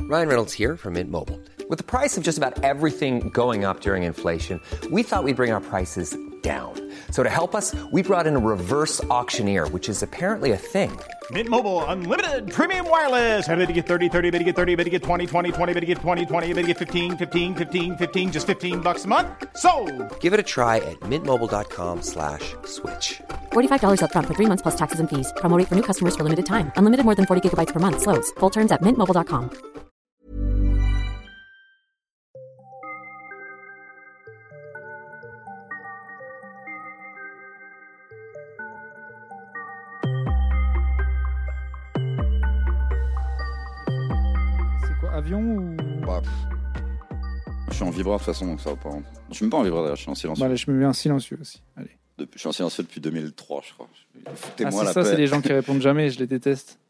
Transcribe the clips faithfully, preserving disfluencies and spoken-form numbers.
Ryan Reynolds here from Mint Mobile. With the price of just about everything going up during inflation, we thought we'd bring our prices down. So to help us, we brought in a reverse auctioneer, which is apparently a thing. Mint Mobile Unlimited Premium Wireless. How to get thirty, thirty, how to get thirty, how to get twenty, twenty, twenty, how to get twenty, twenty, how to get fifteen, fifteen, fifteen, fifteen, just fifteen bucks a month? Sold! Give it a try at mintmobile.com slash switch. forty-five dollars up front for three months plus taxes and fees. Promo rate for new customers for limited time. Unlimited more than forty gigabytes per month. Slows full terms at mint mobile dot com. Avion ou... Bah, je suis en vibreur de toute façon, donc ça va pas. Je suis même pas en vibreur d'ailleurs, je suis en silencieux. Bah, allez, je me mets en silencieux aussi. Allez. Depuis, je suis en silencieux depuis deux mille trois, je crois. Foutez-moi ah, c'est la ça, paix. C'est les gens qui répondent jamais, je les déteste.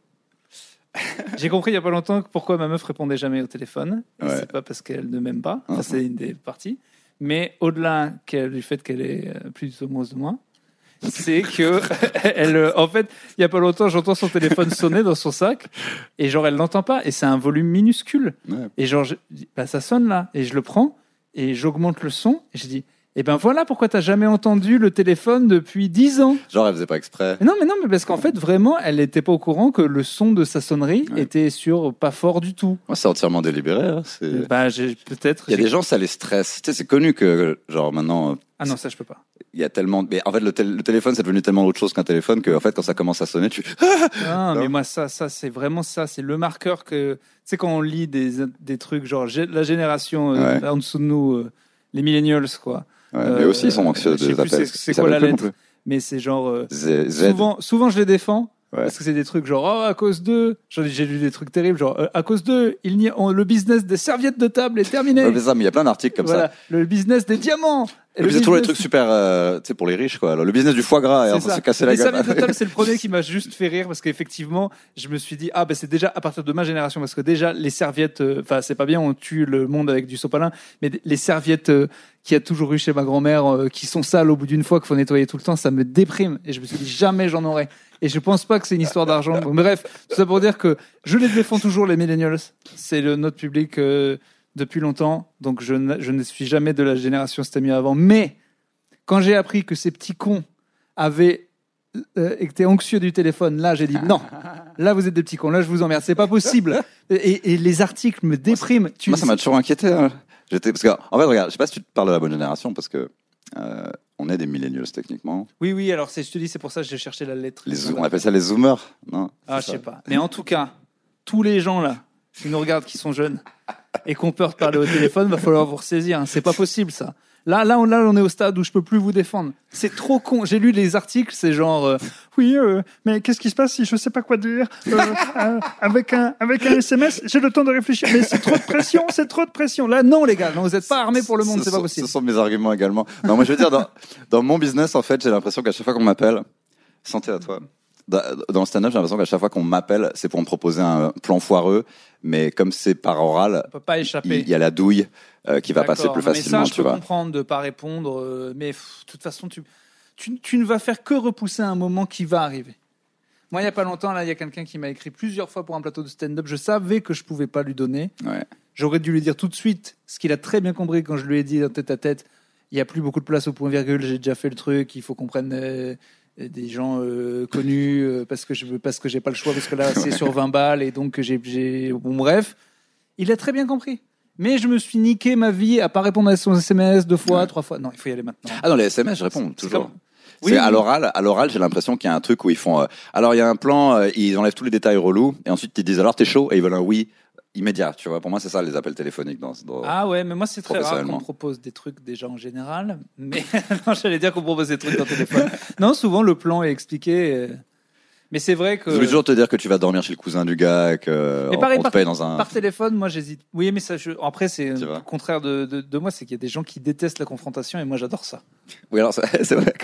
J'ai compris il y a pas longtemps pourquoi ma meuf répondait jamais au téléphone. Et ouais. C'est pas parce qu'elle ne m'aime pas, enfin, uh-huh. C'est une des parties. Mais au-delà du fait qu'elle est plus du tout amoureuse de moi, c'est que elle, en fait, il y a pas longtemps, j'entends son téléphone sonner dans son sac et genre elle l'entend pas et c'est un volume minuscule. Ouais. Et genre je, bah, ça sonne là et je le prends et j'augmente le son et je dis et ben voilà pourquoi t'as jamais entendu le téléphone depuis dix ans. Genre elle faisait pas exprès. Mais non mais non mais parce qu'en fait vraiment elle était pas au courant que le son de sa sonnerie ouais. était sur pas fort du tout. Moi c'est entièrement délibéré. Hein, c'est... Bah j'ai peut-être. Il y a j'ai... des gens ça les stresse. Tu sais c'est connu que genre maintenant. Ah non ça je peux pas. Il y a tellement, mais en fait le, tél- le téléphone c'est devenu tellement autre chose qu'un téléphone que en fait quand ça commence à sonner tu. Ah, non mais moi ça ça c'est vraiment ça c'est le marqueur que tu sais quand on lit des des trucs genre la génération euh, ouais. en dessous de nous euh, les millennials quoi. Ouais, euh, mais aussi ils sont anxieux des appels. C'est, c'est quoi la lettre mais c'est genre euh, Z, Z. souvent souvent je les défends. Ouais. Parce que c'est des trucs genre oh, à cause de genre, j'ai lu des trucs terribles genre euh, à cause de il n'y a, on, le business des serviettes de table est terminé. Ouais, mais ça mais il y a plein d'articles comme voilà, ça. Le business des diamants. Et le business toujours les trucs super euh, tu sais pour les riches quoi. Alors, le business du foie gras et on se casser la gueule. Les serviettes de table c'est le premier qui m'a juste fait rire parce qu'effectivement je me suis dit ah ben c'est déjà à partir de ma génération parce que déjà les serviettes enfin euh, c'est pas bien on tue le monde avec du sopalin mais les serviettes euh, qu'il y a toujours eu chez ma grand-mère euh, qui sont sales au bout d'une fois qu'il faut nettoyer tout le temps ça me déprime et je me suis dit jamais j'en aurai. Et je pense pas que c'est une histoire d'argent. Donc, bref, tout ça pour dire que je les défends toujours, les millennials. C'est le, notre public euh, depuis longtemps. Donc, je, ne, je ne suis jamais de la génération c'était mieux avant. Mais, quand j'ai appris que ces petits cons avaient euh, été anxieux du téléphone, là, j'ai dit non. Là, vous êtes des petits cons. Là, je vous emmerde. C'est pas possible. Et, et les articles me dépriment. Moi, tu moi ça m'a toujours inquiété. Hein. J'étais, parce qu'en en fait, regarde, je sais pas si tu te parles de la bonne génération parce que euh, on est des millennials techniquement. Oui, oui. Alors, c'est, je te dis, c'est pour ça que j'ai cherché la lettre. Les zo- on appelle ça les zoomers, non? Ah, je sais pas. Mais en tout cas, tous les gens là qui nous regardent, qui sont jeunes et qui ont peur de parler au téléphone, va falloir vous ressaisir. Hein. C'est pas possible ça. Là, là, on, là, on est au stade où je peux plus vous défendre. C'est trop con. J'ai lu les articles, c'est genre, euh, oui, euh, mais qu'est-ce qui se passe si je sais pas quoi dire euh, euh, avec un avec un S M S, j'ai le temps de réfléchir. Mais c'est trop de pression, c'est trop de pression. Là, non, les gars, non, vous êtes pas armés pour le monde, ce c'est sont, pas possible. Ce sont mes arguments également. Non, moi, je veux dire, dans, dans mon business, en fait, j'ai l'impression qu'à chaque fois qu'on m'appelle, santé à toi. Dans le stand-up, j'ai l'impression qu'à chaque fois qu'on m'appelle, c'est pour me proposer un plan foireux, mais comme c'est par oral, on peut pas échapper. Il y a la douille euh, qui va D'accord, passer plus non, facilement, mais ça, tu je peux vois. comprendre de pas répondre, euh, mais pff, de toute façon, tu, tu, tu ne vas faire que repousser un moment qui va arriver. Moi, il y a pas longtemps, là, il y a quelqu'un qui m'a écrit plusieurs fois pour un plateau de stand-up. Je savais que je pouvais pas lui donner. Ouais. J'aurais dû lui dire tout de suite, ce qu'il a très bien compris quand je lui ai dit en tête à tête. Il y a plus beaucoup de place au point virgule. J'ai déjà fait le truc. Il faut qu'on prenne euh, des gens euh, connus euh, parce que je veux, parce que j'ai pas le choix parce que là, c'est sur vingt balles et donc j'ai, j'ai, bon bref. Il a très bien compris. Mais je me suis niqué ma vie à pas répondre à son S M S deux fois, ouais. trois fois. Non, il faut y aller maintenant. Ah non, les S M S, je réponds c'est, toujours. C'est oui, c'est à oui. l'oral. À l'oral, j'ai l'impression qu'il y a un truc où ils font. Euh, alors, il y a un plan, euh, ils enlèvent tous les détails relous et ensuite ils disent alors t'es chaud et ils veulent un oui immédiat. Tu vois, pour moi, c'est ça les appels téléphoniques dans. dans ah ouais, mais moi c'est très rare qu'on me propose des trucs déjà en général. Mais non, j'allais dire qu'on propose des trucs dans le téléphone. Non, souvent le plan est expliqué. Et... Mais c'est vrai que. Je voulais toujours te dire que tu vas dormir chez le cousin du gars et que mais pareil, on par, te paye dans un. Par téléphone, moi j'hésite. Oui, mais ça, je... après c'est le contraire de, de, de moi, c'est qu'il y a des gens qui détestent la confrontation et moi j'adore ça. Oui, alors c'est, c'est vrai que.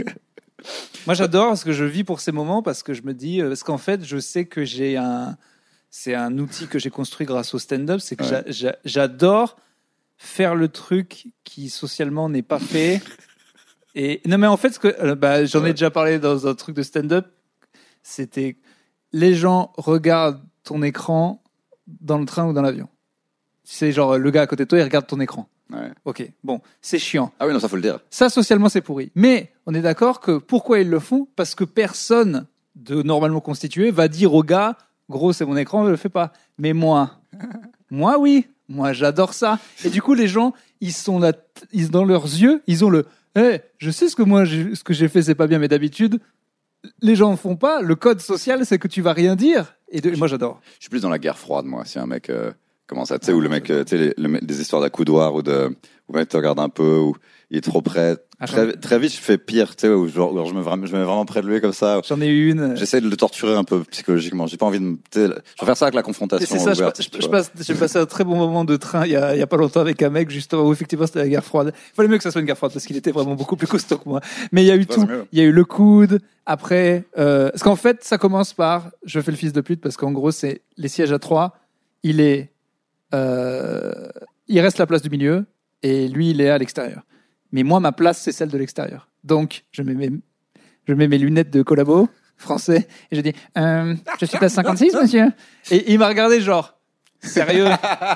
Moi j'adore parce que je vis pour ces moments parce que je me dis parce qu'en fait je sais que j'ai un c'est un outil que j'ai construit grâce au stand-up, c'est que ouais. j'a, j'a, j'adore faire le truc qui socialement n'est pas fait. Et non mais en fait ce que bah, j'en ai ouais. déjà parlé dans un truc de stand-up. C'était les gens regardent ton écran dans le train ou dans l'avion. C'est genre le gars à côté de toi, il regarde ton écran. Ouais. Ok, bon, c'est chiant. Ah oui, non, ça faut le dire. Ça, socialement, c'est pourri. Mais on est d'accord que pourquoi ils le font ? Parce que personne de normalement constitué va dire au gars, gros, c'est mon écran, je le fais pas. Mais moi, moi, oui, moi, j'adore ça. Et du coup, les gens, ils sont là, ils, dans leurs yeux, ils ont le, hé, hey, je sais ce que moi, j'ai, ce que j'ai fait, c'est pas bien, mais d'habitude, les gens ne font pas. Le code social, c'est que tu vas rien dire. Et, de, et moi, j'adore. Je suis plus dans la guerre froide, moi. Si un mec euh, commence à, tu sais, où le mec, euh, tu sais, les, les, des histoires d'accoudoir ou de, où le mec te regarde un peu, ou il est trop près. Ah, très, très vite, je fais pire, tu sais, où genre, genre, je me, je me mets vraiment près de lui comme ça. J'en ai eu une. J'essaie de le torturer un peu psychologiquement. J'ai pas envie de me, tu sais, je vais faire ça avec la confrontation. C'est ça, ouverte, je, je, je passe, j'ai passé un très bon moment de train il y a, il y a pas longtemps avec un mec, justement, où effectivement c'était la guerre froide. Il fallait mieux que ça soit une guerre froide parce qu'il était vraiment beaucoup plus costaud que moi. Mais il y a eu ouais, tout. Il y a eu le coude. Après, euh, parce qu'en fait, ça commence par, je fais le fils de pute parce qu'en gros, c'est les sièges à trois. Il est, euh, il reste la place du milieu et lui, il est à l'extérieur. Mais moi, ma place, c'est celle de l'extérieur. Donc, je mets mes, je mets mes lunettes de collabo français et je dis, euh, je suis place cinquante-six, monsieur. Et il m'a regardé genre, sérieux?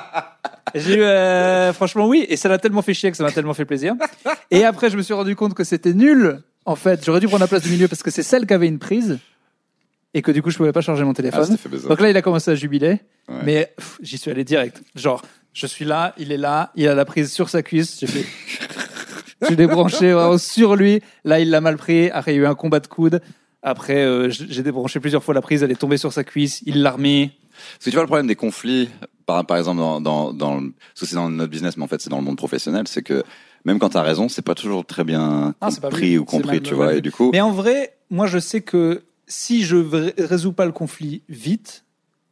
Et j'ai eu, euh, franchement, oui. Et ça l'a tellement fait chier que ça m'a tellement fait plaisir. Et après, je me suis rendu compte que c'était nul. En fait, j'aurais dû prendre la place du milieu parce que c'est celle qui avait une prise et que du coup, je pouvais pas charger mon téléphone. Ah, donc là, il a commencé à jubiler. Ouais. Mais pff, j'y suis allé direct. Genre, je suis là, il est là, il a la prise sur sa cuisse. J'ai fait... Je l'ai débranché vraiment sur lui. Là, il l'a mal pris. Après, il y a eu un combat de coude. Après, euh, j'ai débranché plusieurs fois la prise. Elle est tombée sur sa cuisse. Il l'a remis. Parce que tu vois, le problème des conflits, par, par exemple, dans, dans, dans, parce que c'est dans notre business, mais en fait, c'est dans le monde professionnel, c'est que même quand t'as raison, c'est pas toujours très bien ah, compris ou compris, tu vois. Et du coup. Mais en vrai, moi, je sais que si je v- résous pas le conflit vite,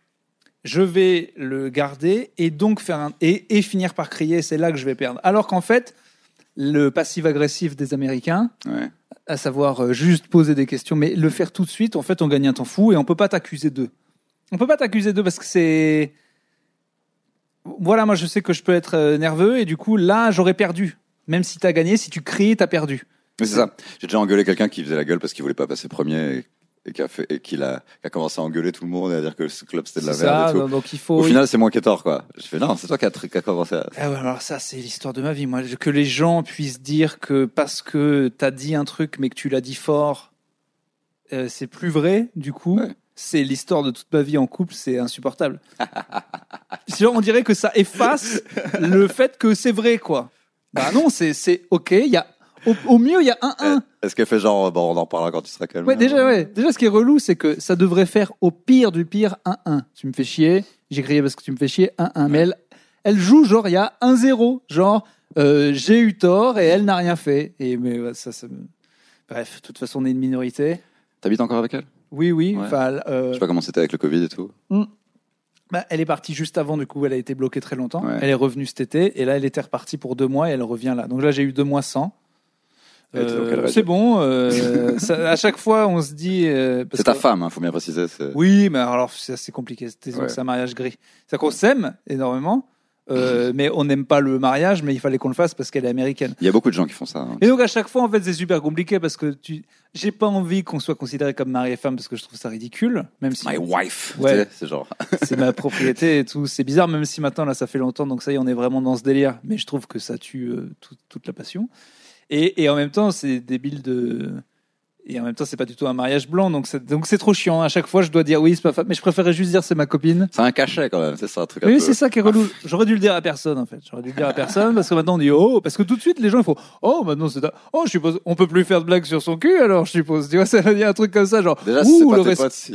je vais le garder et donc faire un, et, et finir par crier. C'est là que je vais perdre. Alors qu'en fait, le passif-agressif des Américains, ouais. à savoir euh, juste poser des questions, mais le faire tout de suite, en fait, on gagne un temps fou et on peut pas t'accuser d'eux. On peut pas t'accuser d'eux parce que c'est... Voilà, moi, je sais que je peux être euh, nerveux et du coup, là, j'aurais perdu. Même si t'as gagné, si tu cries, t'as perdu. Mais c'est ça. J'ai déjà engueulé quelqu'un qui faisait la gueule parce qu'il voulait pas passer premier et, et qui a fait, et qui a, qui a commencé à engueuler tout le monde et à dire que ce club c'était de la c'est merde ça, et tout. Donc il faut... Au final, c'est moi qui ai tort, quoi. Je fais non, c'est toi qui a, qui a commencé à... Ah ouais, alors ça, c'est l'histoire de ma vie. Moi, que les gens puissent dire que parce que t'as dit un truc mais que tu l'as dit fort, euh, c'est plus vrai, du coup... Ouais. C'est l'histoire de toute ma vie en couple, c'est insupportable. Genre, on dirait que ça efface le fait que c'est vrai, quoi. Bah non, c'est, c'est ok, il y a, au, au mieux, il y a un un. Est-ce qu'elle fait genre, bon, on en parlera quand tu seras calme? Ouais, déjà, ouais. Déjà, ce qui est relou, c'est que ça devrait faire au pire du pire un un. Tu me fais chier, j'ai crié parce que tu me fais chier, un un. Ouais. Mais elle, elle joue genre, il y a un zéro. Genre, euh, j'ai eu tort et elle n'a rien fait. Et, mais ouais, ça, ça me... Bref, de toute façon, on est une minorité. T'habites encore avec elle? Oui, oui. Ouais. Euh... Je sais pas comment c'était avec le Covid et tout. Mm. Bah, elle est partie juste avant, du coup, elle a été bloquée très longtemps. Ouais. Elle est revenue cet été, et là, elle était repartie pour deux mois, et elle revient là. Donc là, j'ai eu deux mois sans. Euh, c'est bon. Euh, ça, à chaque fois, on se dit. Euh, parce c'est ta que... femme, hein, faut bien préciser. C'est... Oui, mais alors c'est assez compliqué. C'est, ouais. c'est un mariage gris. C'est qu'on s'aime énormément. Euh, mais on n'aime pas le mariage, mais il fallait qu'on le fasse parce qu'elle est américaine. Il y a beaucoup de gens qui font ça. Hein. Et donc à chaque fois, en fait, c'est super compliqué parce que tu, j'ai pas envie qu'on soit considéré comme mari et femme parce que je trouve ça ridicule, même si. My wife. Ouais. C'est, c'est genre. C'est ma propriété et tout. C'est bizarre, même si maintenant là, ça fait longtemps, donc ça y est, on est vraiment dans ce délire. Mais je trouve que ça tue euh, tout, toute la passion. Et, et en même temps, c'est débile de. Et en même temps, c'est pas du tout un mariage blanc, donc c'est, donc c'est trop chiant. À chaque fois, je dois dire oui, c'est pas femme. Mais je préférais juste dire c'est ma copine. C'est un cachet quand même, c'est ça un truc. Oui, un peu... c'est ça qui est relou. J'aurais dû le dire à personne en fait. J'aurais dû le dire à personne parce que maintenant on dit oh, parce que tout de suite les gens ils font oh maintenant c'est oh je suppose on peut plus faire de blagues sur son cul alors je suppose. Tu vois, ça il y a un truc comme ça genre. Déjà ouh, c'est pas le tes res... potes si.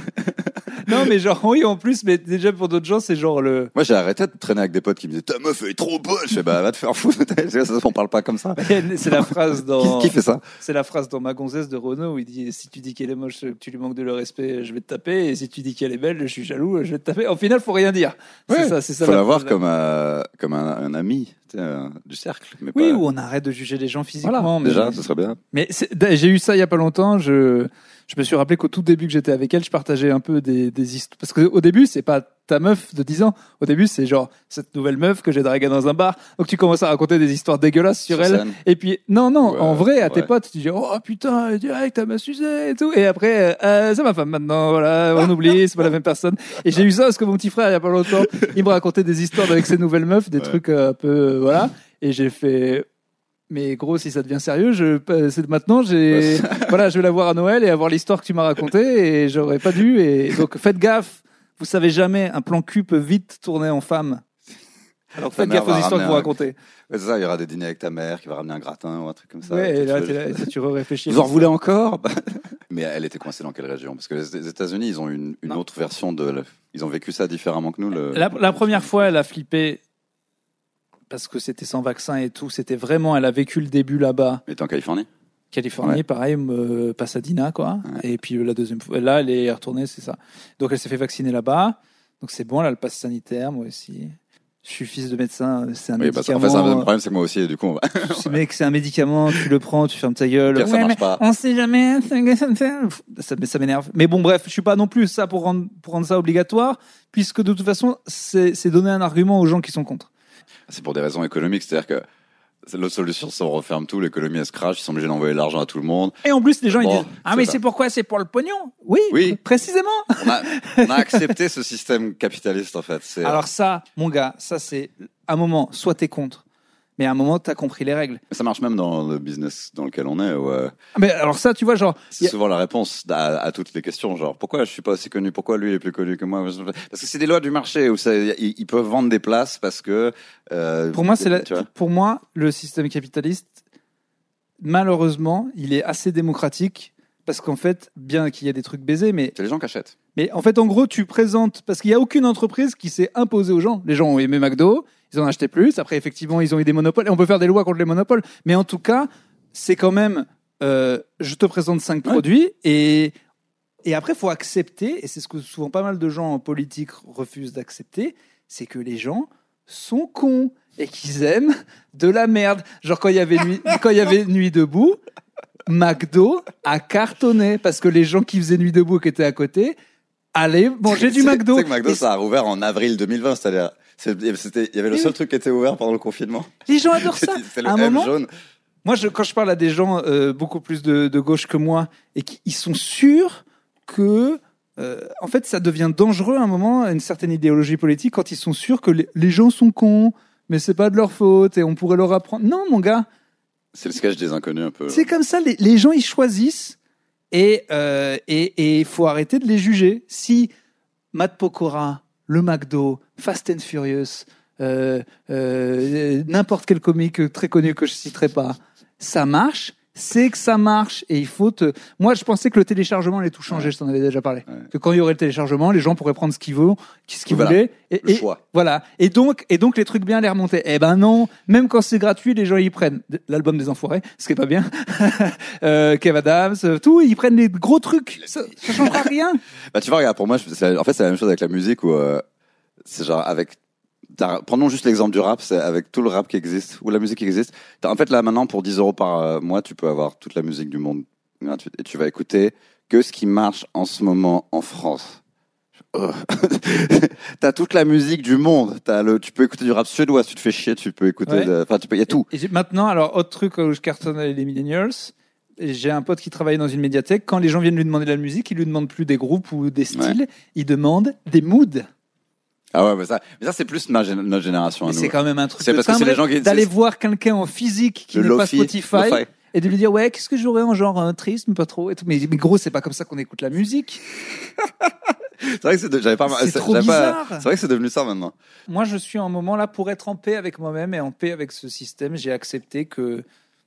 Non mais genre oui en plus mais déjà pour d'autres gens c'est genre le. Moi j'ai arrêté de traîner avec des potes qui me disaient ta meuf elle est trop bonne. Je fais bah va te faire foutre. On parle pas comme ça. C'est la phrase dans. Qui, qui fait ça? C'est la phrase dans Ma gonzesse de Renaud où il dit si tu dis qu'elle est moche, que tu lui manques de le respect, je vais te taper. Et si tu dis qu'elle est belle, je suis jaloux, je vais te taper. Au final, faut rien dire. Ouais, c'est ça, c'est ça. Faut la voir comme, euh, comme un, un ami. euh, du cercle. Mais Oui, pas... où on arrête de juger les gens physiquement. Voilà, mais... déjà, ce serait bien. Mais c'est... j'ai eu ça il y a pas longtemps. Je, je me suis rappelé qu'au tout début que j'étais avec elle, je partageais un peu des, des histoires. Parce qu'au début, c'est pas ta meuf de dix ans. Au début, c'est genre cette nouvelle meuf que j'ai draguée dans un bar. Donc tu commences à raconter des histoires dégueulasses sur, sur elle. Scène. Et puis, non, non, ouais, en vrai, à ouais. tes potes, tu dis, oh putain, direct, t'as ma sucée et tout. Et après, euh, c'est ma femme maintenant, voilà, on oublie, c'est pas la même personne. Et j'ai eu ça parce que mon petit frère, il y a pas longtemps, il me racontait des histoires avec ses nouvelles meufs, des ouais. trucs un peu, euh, voilà. Et j'ai fait, mais gros, si ça devient sérieux, je, c'est maintenant, j'ai, voilà, je vais la voir à Noël et avoir l'histoire que tu m'as racontée et j'aurais pas dû. Et donc, faites gaffe. Vous savez jamais, un plan cul peut vite tourner en femme. Alors faites gaffe aux histoires que vous racontez. Ouais, c'est ça, il y aura des dîners avec ta mère qui va ramener un gratin ou un truc comme ça. Ouais, et là, tu, là, tu réfléchis. Vous en voulez encore? Mais elle était coincée dans quelle région? Parce que les États-Unis, ils ont une, une autre version de. Ils ont vécu ça différemment que nous. Le... La, la première fois, elle a flippé parce que c'était sans vaccin et tout. C'était vraiment, elle a vécu le début là-bas. Elle était en Californie. Californie, ouais. pareil, euh, Pasadena, quoi. Ouais. Et puis la deuxième fois, là, elle est retournée, c'est ça. Donc elle s'est fait vacciner là-bas. Donc c'est bon, elle a le pass sanitaire, moi aussi. Je suis fils de médecin, c'est un oui, médicament. Bah, en fait, le problème, c'est que moi aussi, et du coup, on va. Ce mec, c'est un médicament, tu le prends, tu fermes ta gueule. Pire, ouais, ça marche pas. On sait jamais, ça, ça m'énerve. Mais bon, bref, je suis pas non plus ça pour rendre, pour rendre ça obligatoire, puisque de toute façon, c'est, c'est donner un argument aux gens qui sont contre. C'est pour des raisons économiques, c'est-à-dire que l'autre solution, c'est on referme tout, l'économie elle se crache, ils sont obligés d'envoyer l'argent à tout le monde. Et en plus, les gens bon, ils disent ah mais ça. C'est pourquoi c'est pour le pognon. Oui, oui. Précisément. On a, on a accepté ce système capitaliste en fait. C'est... Alors ça, mon gars, ça c'est un moment, soit t'es contre, mais à un moment t'as compris les règles. Ça marche même dans le business dans lequel on est. Où, euh, mais alors ça, tu vois, genre c'est a... souvent la réponse à, à toutes les questions, genre pourquoi je suis pas aussi connu, pourquoi lui est plus connu que moi, parce que c'est des lois du marché où ça, ils, ils peuvent vendre des places parce que. Euh, pour moi, c'est la... pour moi le système capitaliste, malheureusement, il est assez démocratique parce qu'en fait, bien qu'il y ait des trucs baisés, mais c'est les gens qui achètent. Mais en fait, en gros, tu présentes parce qu'il y a aucune entreprise qui s'est imposée aux gens. Les gens ont aimé McDo. Ils en ont acheté plus. Après, effectivement, ils ont eu des monopoles. Et on peut faire des lois contre les monopoles. Mais en tout cas, c'est quand même... Euh, je te présente cinq ouais. produits. Et, et après, il faut accepter, et c'est ce que souvent pas mal de gens en politique refusent d'accepter, c'est que les gens sont cons et qu'ils aiment de la merde. Genre, quand il y avait Nuit, quand il y avait Nuit debout, McDo a cartonné parce que les gens qui faisaient Nuit debout, qui étaient à côté, allaient manger du McDo. Tu sais que McDo, et ça a rouvert en avril deux mille vingt, c'est-à-dire... C'était, il y avait le seul truc qui était ouvert pendant le confinement. Les gens adorent ça. C'est le à un M moment, jaune. Moi, je, quand je parle à des gens euh, beaucoup plus de, de gauche que moi et qui sont sûrs que, euh, en fait, ça devient dangereux à un moment, une certaine idéologie politique, quand ils sont sûrs que les, les gens sont cons, mais c'est pas de leur faute et on pourrait leur apprendre. Non, mon gars. C'est le sketch des inconnus un peu. C'est comme ça. Les, les gens, ils choisissent et euh, et il faut arrêter de les juger. Si Matt Pokora, le McDo, Fast and Furious, euh, euh, n'importe quel comique très connu que je citerai pas, ça marche, c'est que ça marche et il faut te... Moi, je pensais que le téléchargement allait tout changer, ouais. Je t'en avais déjà parlé. Ouais. Que quand il y aurait le téléchargement, les gens pourraient prendre ce qu'ils veulent, ce qu'ils voilà. voulaient. Et, le et, choix. Voilà. Et donc, et donc, les trucs bien les remonter. Eh ben non, même quand c'est gratuit, les gens, ils prennent l'album des Enfoirés, ce qui est pas bien. euh, Kev Adams, tout, ils prennent les gros trucs. Ça, ça changera rien. Bah, tu vois, regarde, pour moi, c'est, en fait, c'est la même chose avec la musique où, euh, c'est genre, avec, prenons juste l'exemple du rap, c'est avec tout le rap qui existe, ou la musique qui existe. En fait, là, maintenant, pour dix euros par euh, mois, tu peux avoir toute la musique du monde gratuite. Et tu vas écouter que ce qui marche en ce moment en France. Oh. T'as toute la musique du monde. T'as le, tu peux écouter du rap suédois si tu te fais chier, tu peux écouter, enfin, ouais. Tu peux, il y a tout. Et, et maintenant, alors, autre truc où je cartonne avec les millennials, j'ai un pote qui travaille dans une médiathèque. Quand les gens viennent lui demander de la musique, il lui demande plus des groupes ou des styles, ouais. Il demande des moods. Ah ouais, mais ça, mais ça c'est plus ma, notre génération. Mais à nous. C'est quand même un truc c'est de parce que c'est les gens qui d'aller voir quelqu'un en physique qui n'est pas Spotify lo-fi. Et de lui dire ouais, qu'est-ce que j'aurais en genre euh, triste, mais pas trop et tout. Mais, mais gros, c'est pas comme ça qu'on écoute la musique. C'est vrai que c'est de, j'avais pas, c'est c'est, trop j'avais bizarre. Pas, c'est vrai que c'est devenu ça maintenant. Moi, je suis en un moment là pour être en paix avec moi-même et en paix avec ce système. J'ai accepté que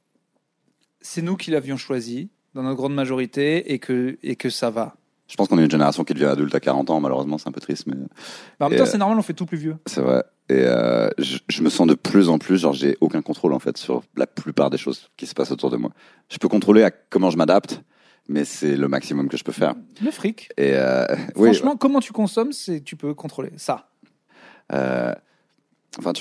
c'est nous qui l'avions choisi dans notre grande majorité et que et que ça va. Je pense qu'on est une génération qui devient adulte à quarante ans, malheureusement, c'est un peu triste. Mais... Bah en même temps, euh, c'est normal, on fait tout plus vieux. C'est vrai. Et euh, je, je me sens de plus en plus, genre, j'ai aucun contrôle, en fait, sur la plupart des choses qui se passent autour de moi. Je peux contrôler à comment je m'adapte, mais c'est le maximum que je peux faire. Le fric. Et euh, Franchement, oui, comment tu consommes, c'est, tu peux contrôler ça. Euh, enfin, tu vois,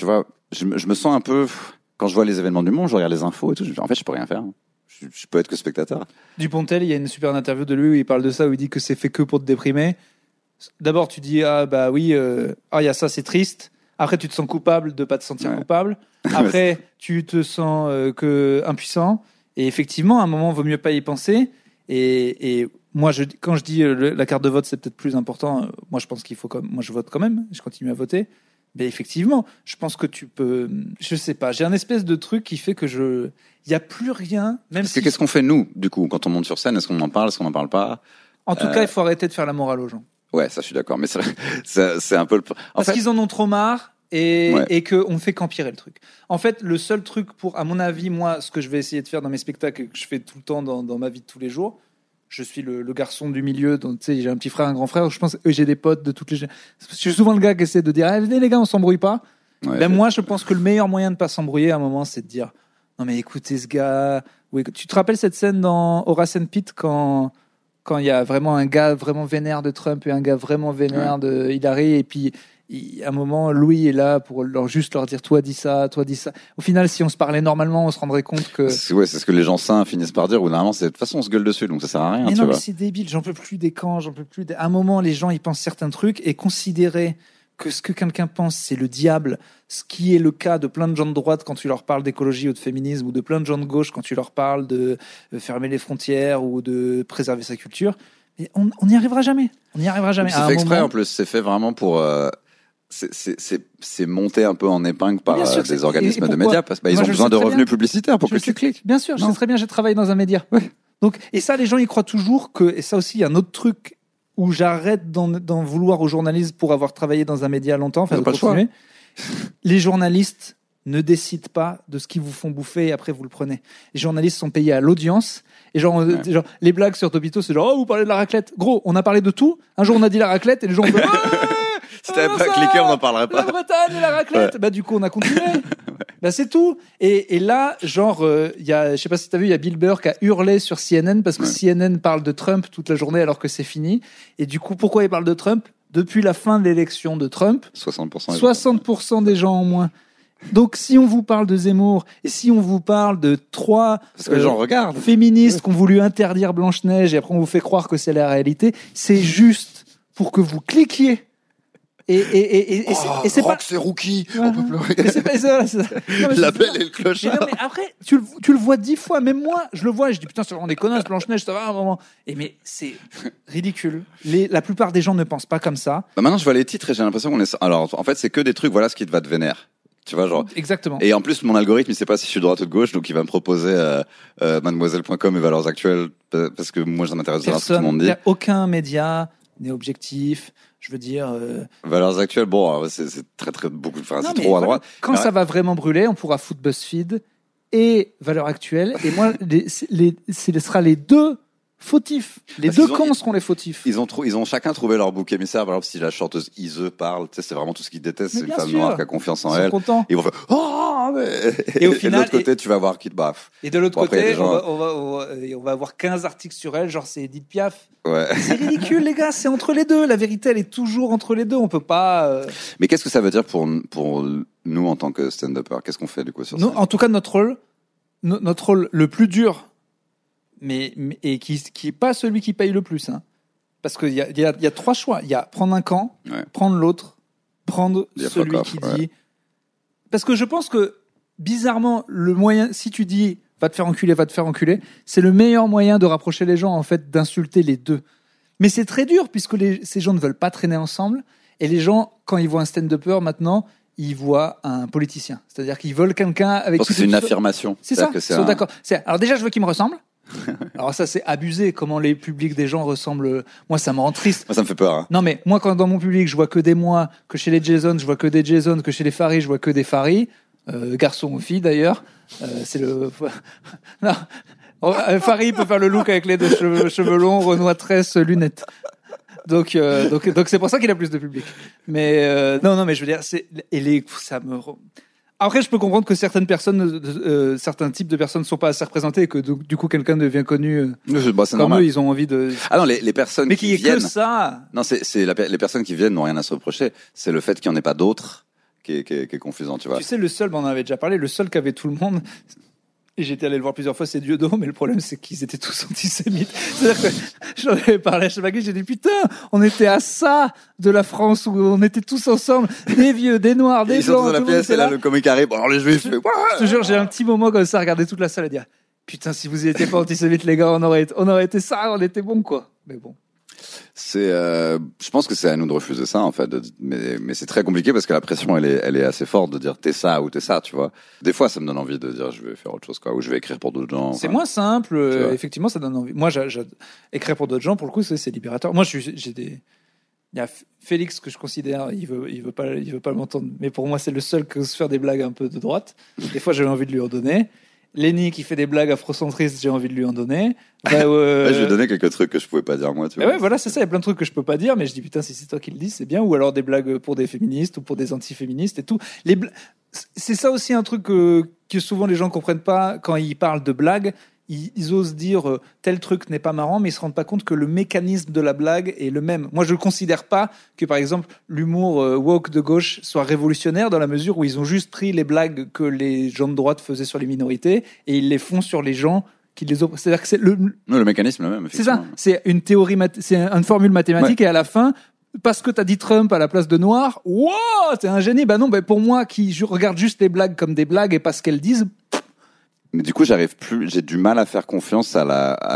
je, me- je me sens un peu, quand je vois les événements du monde, je regarde les infos et tout, je me dis, en fait, je peux rien faire. Je, je peux être que spectateur. Dupontel, il y a une super interview de lui où il parle de ça, où il dit que c'est fait que pour te déprimer. D'abord, tu dis, ah bah oui, euh, ah, il y a ça, c'est triste. Après, tu te sens coupable de pas te sentir Ouais. coupable. Après, tu te sens euh, que impuissant. Et effectivement, à un moment, vaut mieux pas y penser. Et, et moi, je, quand je dis euh, le- la carte de vote, c'est peut-être plus important. euh, Moi, je pense qu'il faut comme, moi, je vote quand même. Je continue à voter. Mais effectivement, je pense que tu peux, je sais pas, j'ai un espèce de truc qui fait que je, il y a plus rien, même Parce que si, qu'est-ce qu'on fait nous, du coup, quand on monte sur scène? Est-ce qu'on en parle? Est-ce qu'on n'en parle pas? en tout Euh, cas, il faut arrêter de faire la morale aux gens. Ouais, ça, je suis d'accord. Mais c'est, c'est, c'est un peu le. En Parce fait, qu'ils en ont trop marre et, Ouais. et qu'on fait qu'empirer le truc. En fait, le seul truc pour, à mon avis, moi, ce que je vais essayer de faire dans mes spectacles et que je fais tout le temps dans, dans ma vie de tous les jours, je suis le, le garçon du milieu, donc tu sais, j'ai un petit frère, un grand frère, je pense, eux, j'ai des potes de toutes les. Je suis souvent le gars qui essaie de dire, eh, venez les gars, on s'embrouille pas. ouais, Ben je- moi, je pense que le meilleur moyen de pas s'embrouiller à un moment, c'est de dire, non mais écoutez ce gars. Oui, tu te rappelles cette scène dans Horace and Pete quand quand il y a vraiment un gars vraiment vénère de Trump et un gars vraiment vénère de Hillary, et puis il- à un moment Louis est là pour leur juste leur dire, toi dis ça, toi dis ça. Au final, si on se parlait normalement, on se rendrait compte que C'est, ouais, c'est ce que les gens sains finissent par dire, ou normalement, c'est, de toute façon, on se gueule dessus, donc ça sert à rien, mais tu non, vois. mais c'est débile, j'en peux plus des camps, j'en peux plus. Des... À un moment, les gens, ils pensent certains trucs et considérer que ce que quelqu'un pense, c'est le diable, ce qui est le cas de plein de gens de droite quand tu leur parles d'écologie ou de féminisme, ou de plein de gens de gauche quand tu leur parles de euh, fermer les frontières ou de préserver sa culture. Mais on on n'y arrivera jamais. On n'y arrivera jamais. C'est À un fait exprès, moment- en plus. C'est fait vraiment pour. euh, c'est, c'est, c'est, c'est monté un peu en épingle par Bien sûr euh, que c'est- des organismes et- et de pourquoi médias, parce qu'ils bah, ils Moi, ont je le besoin sais de très revenus bien. publicitaires pour Je que sais- tu cliques. Bien sûr, je Non. sais très bien, j'ai travaillé dans un média. Donc, et ça, les gens y croient toujours que, et ça aussi, il y a un autre truc où j'arrête d'en, d'en vouloir aux journalistes pour avoir travaillé dans un média longtemps, enfin, Ils ont de pas le choix. continuer. Les journalistes ne décident pas de ce qu'ils vous font bouffer et après vous le prenez. Les journalistes sont payés à l'audience. Et genre, euh, Ouais. genre les blagues sur Topito, c'est genre, oh, vous parlez de la raclette. Gros, on a parlé de tout. Un jour, on a dit la raclette et les gens ont fait, Si t'avais Ah, pas ça, cliqué, on n'en parlerait la pas. Bretagne et la raclette. Ouais. Bah, du coup, on a continué. Bah, c'est tout. Et, et là, genre, euh, il y a, je sais pas si t'as vu, il y a Bill Burr qui a hurlé sur C N N parce que Ouais. C N N parle de Trump toute la journée alors que c'est fini. Et du coup, pourquoi il parle de Trump? Depuis la fin de l'élection de Trump, soixante pour cent. soixante pour cent des gens en moins. Donc, si on vous parle de Zemmour et si on vous parle de trois Parce que les euh, gens regardent. féministes qui ont voulu interdire Blanche-Neige et après on vous fait croire que c'est la réalité, c'est juste pour que vous cliquiez. Et, et, et, et, et c'est, et c'est pas. c'est rookie. Ouais, On peut ouais. pleurer. Mais c'est pas ça. c'est ça. Non, mais je- L'appel et le Mais, clochard. non, mais après, tu le, tu le vois dix fois, même moi, je le vois et je dis putain, c'est vraiment des connasses, Blanche-Neige, ça va à un moment. Et mais c'est ridicule. Les, la plupart des gens ne pensent pas comme ça. Bah maintenant, je vois les titres et j'ai l'impression qu'on est. Alors, en fait, c'est que des trucs. Voilà ce qui te va te vénère. Tu vois, genre. Exactement. Et en plus, mon algorithme, il sait pas si je suis de droite ou de gauche, donc il va me proposer euh, euh, mademoiselle point com et valeurs actuelles, euh, parce que moi, ça m'intéresse de savoir ce que tout le Personne, monde dit. y a aucun média n'est objectif. Je veux dire. euh, Valeurs actuelles, bon, euh, c'est, c'est très, très beaucoup. Enfin, non, c'est mais trop à voilà, droite. Quand Ouais. ça va vraiment brûler, on pourra foutre BuzzFeed et Valeurs Actuelles. Et moi, les, les, ce sera les deux fautifs. Les Parce deux qu'ils ont- camps seront les fautifs. Ils ont, trou- ils ont chacun trouvé leur bouc émissaire. Par exemple, si la chanteuse Ise parle, tu sais, c'est vraiment tout ce qu'ils détestent. Mais C'est une bien femme sûr. noire qui a confiance Ils en sont elle. contents. Ils vont faire oh mais Et au de final, l'autre côté, tu vas voir qui te baffe. Et de l'autre Bon, après, il y a côté, des gens- on, va, on, va, on, va, euh, on va avoir quinze articles sur elle, genre c'est Edith Piaf. Ouais. C'est ridicule, les gars, c'est entre les deux. La vérité, elle est toujours entre les deux. On peut pas. euh, Mais qu'est-ce que ça veut dire pour pour nous en tant que stand-upper? Qu'est-ce qu'on fait du coup sur Nous, ça? en tout cas, notre rôle, no- notre rôle le plus dur, mais, mais- et qui qui est pas celui qui paye le plus, hein. Parce qu'il y a, il y, a, il y a trois choix. Il y a prendre un camp, Ouais. prendre l'autre, prendre Dire celui fuck off, qui ouais. dit. Parce que je pense que bizarrement, le moyen, si tu dis va te faire enculer, va te faire enculer, c'est le meilleur moyen de rapprocher les gens en fait, d'insulter les deux. Mais c'est très dur puisque les, ces gens ne veulent pas traîner ensemble et les gens, quand ils voient un stand-upper maintenant, ils voient un politicien. C'est-à-dire qu'ils veulent quelqu'un Je avec pense que qui c'est une tu- affirmation. C'est C'est-à-dire ça. que Ils c'est sont un- d'accord. C'est- Alors déjà, je veux qu'ils me ressemblent. Alors ça, c'est abusé. Comment les publics des gens ressemblent. Moi, ça me rend triste. Moi, ça me fait peur. Hein. Non, mais moi, quand dans mon public, je vois que des moi, que chez les Jason, je vois que des Jason, que chez les Faris, je vois que des Faris, euh, garçons ou filles d'ailleurs. Euh, c'est le. Non. Oh, euh, Faris peut faire le look avec les deux cheveux, cheveux longs, Renoir tresse, lunettes. Donc, euh, donc, donc c'est pour ça qu'il a plus de public. Mais euh, non, non, mais je veux dire, c'est et les, ça me. Après, je peux comprendre que certaines personnes, euh, certains types de personnes ne sont pas assez représentées et que du, du coup, quelqu'un devient connu. Euh, Bah, c'est comme normal. eux, ils ont envie de. Ah non, les, les personnes Mais qui qu'il y ait viennent. que ça. Non, c'est, c'est la, les personnes qui viennent n'ont rien à se reprocher. C'est le fait qu'il n'y en ait pas d'autres qui est, qui est, qui est confusant, tu vois. Tu sais, le seul, on en avait déjà parlé, le seul qu'avait tout le monde, et j'étais allé le voir plusieurs fois, c'est Dieudo, mais le problème, c'est qu'ils étaient tous antisémites. C'est-à-dire que j'en avais parlé à Chabagui, j'ai dit, putain, on était à ça de la France où on était tous ensemble, des vieux, des noirs, des Ils blancs. sont dans la pièce, et là, le comique arrive, alors les juifs, je, je te jure, j'ai un petit moment comme ça, à regarder toute la salle et dire, putain, si vous n'étiez pas antisémites, les gars, on aurait, on aurait été ça, on était bons, quoi. Mais bon. C'est, euh, je pense que c'est à nous de refuser ça, en fait. De, mais, mais c'est très compliqué parce que la pression, elle est, elle est assez forte de dire t'es ça ou t'es ça, tu vois. Des fois, ça me donne envie de dire je vais faire autre chose, quoi, ou je vais écrire pour d'autres gens. C'est enfin, moins simple, euh, effectivement, ça donne envie. Moi, j'ai, j'ai, écrire pour d'autres gens, pour le coup, c'est, c'est libérateur. Moi, je suis, j'ai des, il y a Félix que je considère, il veut, il veut pas, il veut pas m'entendre, mais pour moi, c'est le seul qui ose faire des blagues un peu de droite. Des fois, j'avais envie de lui en donner. Lenny qui fait des blagues afrocentristes, j'ai envie de lui en donner. Bah, euh... Là, je lui ai donné quelques trucs que je pouvais pas dire moi, tu vois. Ouais, voilà, c'est ça. Il y a plein de trucs que je peux pas dire, mais je dis putain, si c'est toi qui le dis, c'est bien. Ou alors des blagues pour des féministes ou pour des antiféministes et tout. Les bla... C'est ça aussi un truc que, que souvent les gens comprennent pas quand ils parlent de blagues. Ils, ils osent dire euh, tel truc n'est pas marrant, mais ils se rendent pas compte que le mécanisme de la blague est le même. Moi, je ne considère pas que, par exemple, l'humour euh, woke de gauche soit révolutionnaire dans la mesure où ils ont juste pris les blagues que les gens de droite faisaient sur les minorités et ils les font sur les gens qui les ont. C'est-à-dire que c'est le. Non, le mécanisme le même. C'est ça. C'est une théorie, mat... c'est une formule mathématique ouais. Et à la fin. Parce que t'as dit Trump à la place de noir, wow, t'es un génie. Bah non, bah pour moi qui je regarde juste les blagues comme des blagues et pas ce qu'elles disent. Mais du coup, j'arrive plus, j'ai du mal à faire confiance à la, à,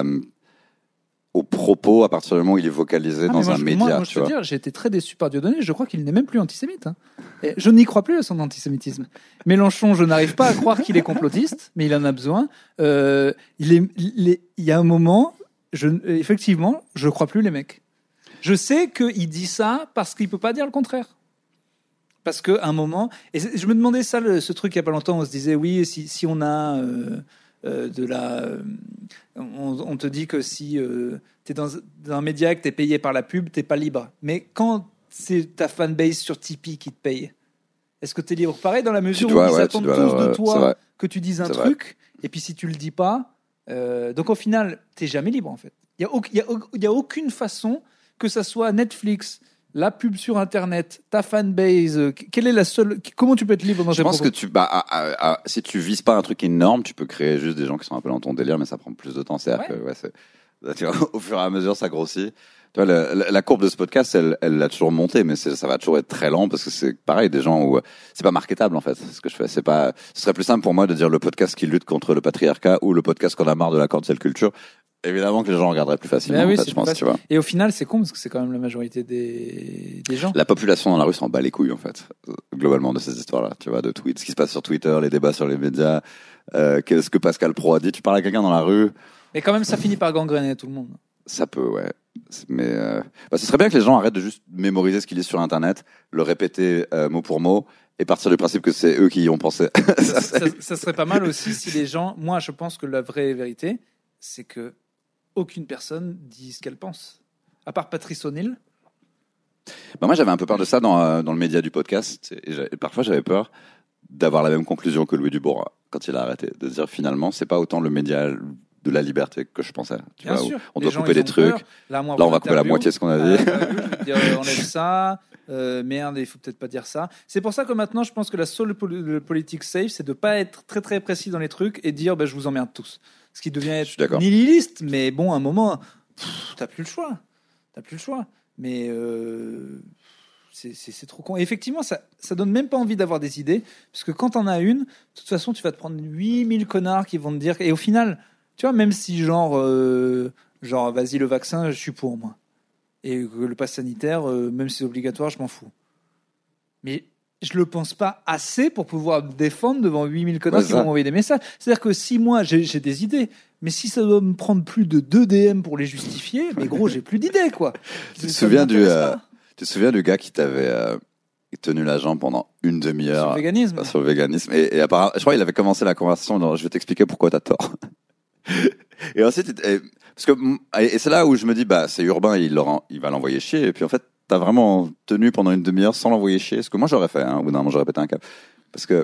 au propos à partir du moment où il est vocalisé ah, dans un je, média. Moi, moi je veux dire, j'ai été très déçu par Dieudonné. Je crois qu'il n'est même plus antisémite. Hein. Et je n'y crois plus à son antisémitisme. Mélenchon, je n'arrive pas à croire qu'il est complotiste, mais il en a besoin. Euh, il est, il est, il y a un moment, je, effectivement, je crois plus les mecs. Je sais qu'il dit ça parce qu'il peut pas dire le contraire. Parce qu'à un moment, et je me demandais ça, le, ce truc il y a pas longtemps, on se disait oui, si, si on a euh, euh, de la, euh, on, on te dit que si euh, t'es dans, dans un média et que t'es payé par la pub, t'es pas libre. Mais quand c'est ta fanbase sur Tipeee qui te paye, est-ce que t'es libre? Pareil dans la mesure dois, où ils ouais, attendent tous alors, de toi que tu dises un c'est truc, vrai. Et puis si tu le dis pas, euh, donc au final, t'es jamais libre en fait. Il y a, il y a, il y a aucune façon que ça soit Netflix, la pub sur Internet, ta fanbase, quelle est la seule, comment tu peux être libre dans Je tes pense propos? que tu, bah, à, à, à, si tu vises pas un truc énorme, tu peux créer juste des gens qui sont un peu dans ton délire, mais ça prend plus de temps. C'est-à-dire ouais. que, ouais, c'est, tu vois, au fur et à mesure, ça grossit. Tu vois, la, la, la courbe de ce podcast, elle, elle a toujours monté, mais c'est, ça va toujours être très lent parce que c'est pareil, des gens où c'est pas marketable, en fait. Ce que je fais, c'est pas, ce serait plus simple pour moi de dire le podcast qui lutte contre le patriarcat ou le podcast qu'on a marre de la cancel culture. Évidemment que les gens regarderaient plus facilement, oui, en fait, je pense, tu vois. Et au final, c'est con parce que c'est quand même la majorité des, des gens. La population dans la rue s'en bat les couilles, en fait, globalement, de ces histoires-là, tu vois, de tweets, ce qui se passe sur Twitter, les débats sur les médias, euh, qu'est-ce que Pascal Pro a dit. Tu parles à quelqu'un dans la rue. Mais quand même, ça finit par gangréner tout le monde. Ça peut, ouais. Mais euh, bah, ce serait bien que les gens arrêtent de juste mémoriser ce qu'ils lisent sur Internet, le répéter euh, mot pour mot, et partir du principe que c'est eux qui y ont pensé. ça, ça, ça serait pas mal aussi si les gens... Moi, je pense que la vraie vérité, c'est que aucune personne dit ce qu'elle pense. À part Patrice O'Neill. Bah moi, j'avais un peu peur de ça dans, euh, dans le média du podcast. Et, et parfois, j'avais peur d'avoir la même conclusion que Louis Dubourg quand il a arrêté. De dire finalement, c'est pas autant le média de la liberté que je pensais. Tu Bien vois, sûr. On Les doit gens, couper des trucs. Peur. Là, moi, Là on va couper la moitié de ce qu'on a dit. Ah, vu, dire, euh, enlève ça. Euh, merde, il faut peut-être pas dire ça. C'est pour ça que maintenant, je pense que la seule pol- politique safe, c'est de pas être très très précis dans les trucs et dire, bah, je vous emmerde tous. Ce qui devient être nihiliste, mais bon, à un moment, pff, t'as plus le choix. T'as plus le choix. Mais euh, c'est, c'est, c'est trop con. Et effectivement, ça, ça donne même pas envie d'avoir des idées, parce que quand t'en as une, de toute façon, tu vas te prendre huit mille connards qui vont te dire. Et au final, tu vois, même si genre, euh, genre, vas-y le vaccin, je suis pour moi. Et le pass sanitaire, euh, même si c'est obligatoire, je m'en fous. Mais je le pense pas assez pour pouvoir me défendre devant huit mille connards ouais, qui vont m'envoyer des messages. C'est-à-dire que si moi, j'ai, j'ai des idées, mais si ça doit me prendre plus de deux D M pour les justifier, mais gros, j'ai plus d'idées, quoi. Tu te souviens du, euh, tu te souviens du gars qui t'avait euh, tenu la jambe pendant une demi-heure sur le véganisme, euh, sur le véganisme, et, et apparemment, je crois qu'il avait commencé la conversation. Dans, je vais t'expliquer pourquoi t'as tort. Et ensuite, et, parce que et c'est là où je me dis, bah, c'est Urbain, il, il va l'envoyer chier. Et puis en fait, t'as vraiment tenu pendant une demi-heure sans l'envoyer chier. Ce que moi j'aurais fait, hein, au bout d'un moment, j'aurais pété un câble. Parce que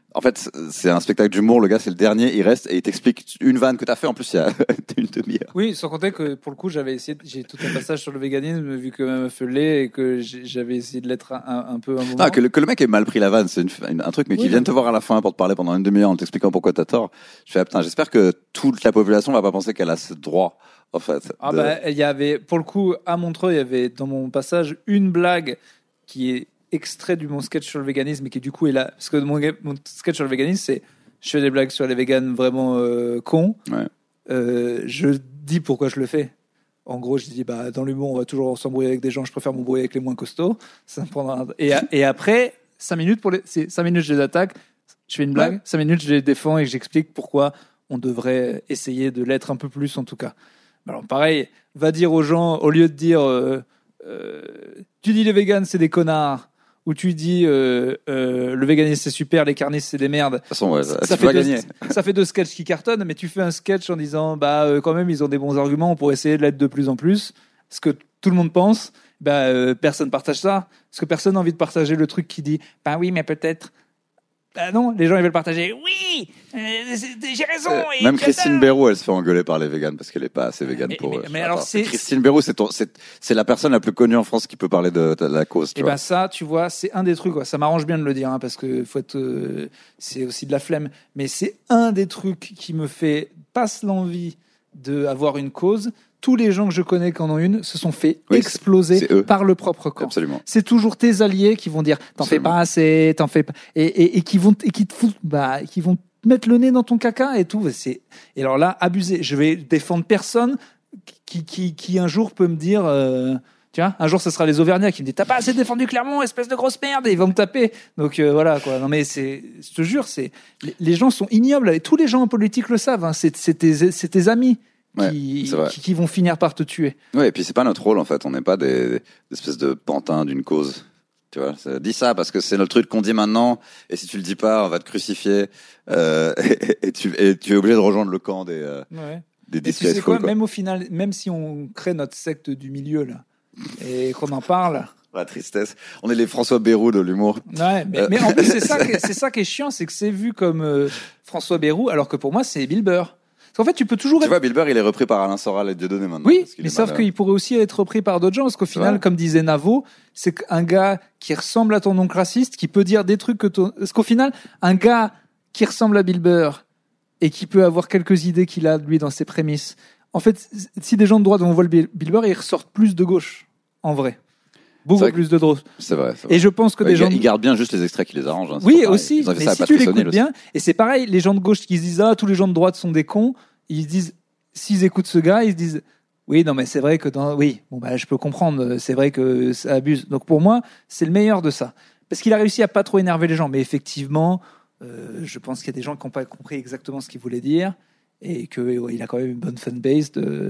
En fait, c'est un spectacle d'humour. Le gars, c'est le dernier. Il reste et il t'explique une vanne que t'as fait. En plus, il y a une demi-heure. Oui, sans compter que pour le coup, j'avais essayé, de- j'ai tout un passage sur le véganisme, vu que ma meuf l'est et que j'ai- j'avais essayé de l'être un, un- un peu un moment. Ah, que le, que le mec ait mal pris la vanne, c'est une, une- un truc, mais Oui, qu'il vienne non. te voir à la fin pour te parler pendant une demi-heure en t'expliquant pourquoi t'as tort. Je fais, ah, putain, j'espère que toute la population va pas penser qu'elle a ce droit, en fait. Ah de- bah, il y avait, pour le coup, à Montreux, il y avait dans mon passage une blague qui est extrait de mon sketch sur le véganisme et qui du coup est là. Parce que mon, ga- mon sketch sur le véganisme, c'est je fais des blagues sur les véganes vraiment euh, cons. Ouais. Euh, je dis pourquoi je le fais. En gros, je dis bah dans l'humour, on va toujours s'embrouiller avec des gens. Je préfère m'embrouiller avec les moins costauds. Ça me prendra un- et, a- et après cinq minutes pour les, c'est cinq minutes je les attaque. Je fais une blague. Ouais. Cinq minutes je les défends et j'explique pourquoi on devrait essayer de l'être un peu plus en tout cas. Alors pareil, va dire aux gens au lieu de dire euh, euh, tu dis les véganes c'est des connards ou tu dis euh, euh, le véganisme c'est super, les carnistes c'est des merdes. De toute façon, ouais, Ça, tu ça peux pas fait deux, gagner. ça fait deux sketchs qui cartonnent, mais tu fais un sketch en disant bah euh, quand même ils ont des bons arguments pour essayer de l'être de plus en plus. Ce que tout le monde pense, bah euh, personne partage ça. Parce que personne n'a envie de partager le truc qui dit bah oui mais peut-être. Bah non, les gens ils veulent partager. Oui, euh, c'est- j'ai raison. Euh, et Même j'adore. Christine Béroux, elle se fait engueuler par les véganes parce qu'elle est pas assez végane Mais- pour mais- eux. mais alors, Attends, c'est- Christine Béroux, c'est, ton- c'est, c'est la personne la plus connue en France qui peut parler de, de la cause. Tu Et vois. ben ça, tu vois, c'est un des trucs. Quoi. Ça m'arrange bien de le dire hein, parce que faut être, euh, c'est aussi de la flemme. Mais c'est un des trucs qui me fait passe l'envie d'avoir une cause. Tous les gens que je connais qui en ont une se sont fait Oui, exploser c'est- c'est eux. par le propre camp. Absolument. C'est toujours tes alliés qui vont dire t'en fais Absolument. pas assez, t'en fais pas, et, et, et qui vont et qui te foutent, bah, qui vont te mettre le nez dans ton caca et tout. C'est et alors là, abusé. Je vais défendre personne qui qui qui un jour peut me dire. Euh, Tu vois, un jour, ce sera les Auvergnats qui me disent t'as pas assez défendu Clermont, espèce de grosse merde, et ils vont me taper. Donc euh, voilà quoi. Non mais c'est, je te jure, c'est les, les gens sont ignobles. Et tous les gens en politique le savent. Hein. C'est, c'est tes, c'est tes amis qui, Ouais, c'est vrai. qui, qui vont finir par te tuer. Ouais, et puis c'est pas notre rôle en fait. On n'est pas des, des espèces de pantins d'une cause. Tu vois, c'est- dis ça parce que c'est le truc qu'on dit maintenant. Et si tu le dis pas, on va te crucifier. Euh, et, et tu, et tu es obligé de rejoindre le camp des, euh, Ouais. des Et tu sais disgraceful, quoi, quoi. même au final, même si on crée notre secte du milieu là et qu'on en parle. La tristesse. On est les François Bayrou de l'humour. Ouais, mais, Euh. mais en plus c'est ça, qui est- c'est ça qui est chiant, c'est que c'est vu comme euh, François Bayrou, alors que pour moi c'est Bill Burr. Parce qu'en fait, tu peux toujours Tu être vois, Bill Burr, il est repris par Alain Soral et Dieudonné maintenant. oui, parce qu'il mais est sauf malade. qu'il pourrait aussi être repris par d'autres gens, parce qu'au final, vrai. comme disait Navo, c'est un gars qui ressemble à ton oncle raciste, qui peut dire des trucs que ton... Parce qu'au final, un gars qui ressemble à Bill Burr et qui peut avoir quelques idées qu'il a, lui, dans ses prémices, en fait, si des gens de droite vont voir le Bill Bill Burr, ils ressortent plus de gauche, en vrai. Beaucoup vrai que- plus de droite. C'est vrai. c'est vrai. Et je pense que Ouais, des ils gens... ils gardent bien juste les extraits qui les arrangent. hein, c'est Oui, pas pareil. aussi. Ils ont fait Mais ça à si tu Patrice l'écoutes O'Neill aussi. bien, et c'est pareil, les gens de gauche qui se disent ah tous les gens de droite sont des cons, ils se disent s'ils écoutent ce gars, ils se disent oui non mais c'est vrai que dans oui bon bah je peux comprendre, c'est vrai que ça abuse. Donc pour moi c'est le meilleur de ça parce qu'il a réussi à pas trop énerver les gens, mais effectivement euh, je pense qu'il y a des gens qui n'ont pas compris exactement ce qu'il voulait dire et que ouais, il a quand même une bonne fanbase de,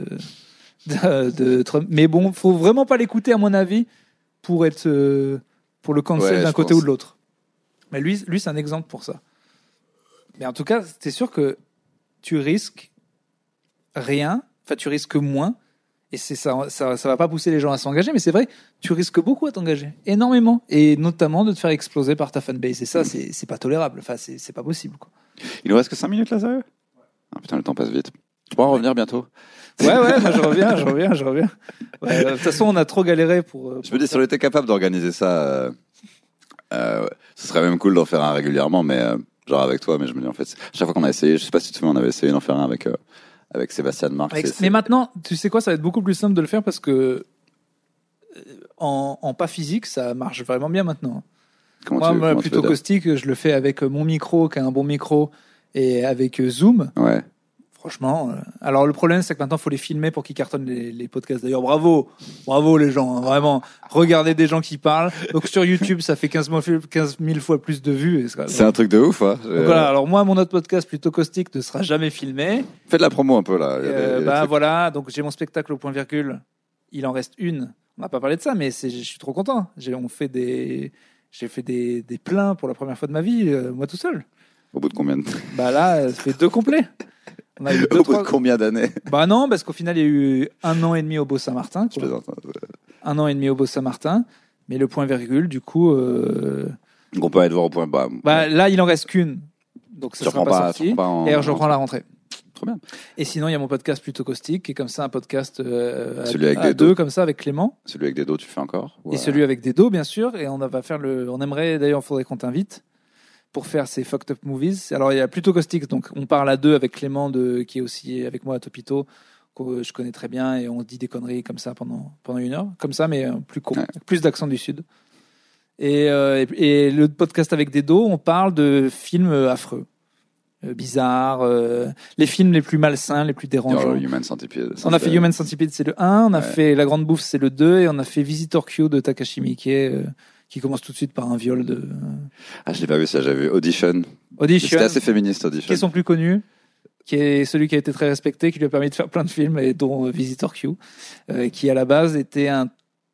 de, de Trump. Mais bon, faut vraiment pas l'écouter à mon avis pour être euh, pour le cancel Ouais, d'un je côté pense. ou de l'autre. Mais lui, lui c'est un exemple pour ça. Mais en tout cas, c'est sûr que tu risques rien, enfin tu risques moins, et c'est ça, ça, ça va pas pousser les gens à s'engager, mais c'est vrai, tu risques beaucoup à t'engager, énormément, et notamment de te faire exploser par ta fanbase. Et ça, c'est, c'est pas tolérable. Enfin, c'est, c'est pas possible. Quoi. Il nous reste que cinq minutes là, sérieux Ah putain, le temps passe vite. Tu pourras revenir bientôt. Ouais, ouais, moi je reviens, je reviens, je reviens. Ouais, de toute façon, on a trop galéré pour. euh, Je me dis, si on était capable d'organiser ça, euh, euh, ouais, ce serait même cool d'en faire un régulièrement, mais euh, genre avec toi. Mais je me dis, en fait, chaque fois qu'on a essayé, je sais pas si tu te souviens, on avait essayé d'en faire un avec, euh, avec Sébastien Marx. Avec- et c'est- Mais maintenant, tu sais quoi, ça va être beaucoup plus simple de le faire parce que euh, en, en pas physique, ça marche vraiment bien maintenant. Comment Moi, tu, moi comment tu plutôt veux dire caustique, je le fais avec mon micro, qui a un bon micro, et avec euh, Zoom. Ouais. Franchement. euh, Alors le problème, c'est que maintenant, il faut les filmer pour qu'ils cartonnent les, les podcasts. D'ailleurs, bravo, bravo les gens, hein, vraiment. Regardez des gens qui parlent. Donc sur YouTube, ça fait quinze mille fois plus de vues. Et c'est- C'est un truc de ouf, hein. Donc, voilà. Alors moi, mon autre podcast plutôt caustique ne sera jamais filmé. Fais de la promo un peu là. Il y a des- Euh, des bah trucs. voilà, donc j'ai mon spectacle au point virgule. Il en reste une. On n'a pas parlé de ça, mais c'est, je suis trop content. J'ai, on fait des, j'ai fait des, des pleins pour la première fois de ma vie, euh, moi tout seul. Au bout de combien de Bah là, ça fait deux complets. On a eu deux, Au bout trois... de combien d'années Bah non, parce qu'au final, il y a eu un an et demi au Beau Saint-Martin. Je quoi. plaisante. hein. Un an et demi au Beau Saint-Martin. Mais le point virgule, du coup, euh... Donc on peut aller te voir au point bas. bah là, il en reste qu'une. Donc ça Tu sera reprends pas pas- sorti. tu reprends pas en- Et alors je reprends à la rentrée. Trop bien. Et sinon, il y a mon podcast Plutôt Caustique, qui est comme ça un podcast euh, à, Celui avec à des deux, dos. comme ça, avec Clément. Celui avec des dos, tu fais encore Et Ouais. celui avec des dos, bien sûr. Et on va faire le. On aimerait, d'ailleurs, il faudrait qu'on t'invite pour faire ces fucked up movies. Alors, il y a Plutôt Caustique, donc on parle à deux avec Clément, de, qui est aussi avec moi à Topito, que je connais très bien, et on dit des conneries comme ça pendant, pendant une heure, comme ça, mais euh, plus court, Ouais. avec plus d'accent du Sud. Et, euh, et, et le podcast avec des dos, on parle de films euh, affreux, euh, bizarres, euh, les films les plus malsains, les plus dérangeants. Genre, Human Centipede. On a fait Human Centipede, c'est le un, on a Ouais. fait La Grande Bouffe, c'est le deux, et on a fait Visitor Q de Takashi Miike, euh, qui commence tout de suite par un viol de Ah, je l'ai pas vu, ça, j'avais vu Audition. Audition, C'était assez féministe, qui Audition. est son plus connu, qui est celui qui a été très respecté, qui lui a permis de faire plein de films, et dont euh, Visitor Q, euh, qui à la base était un...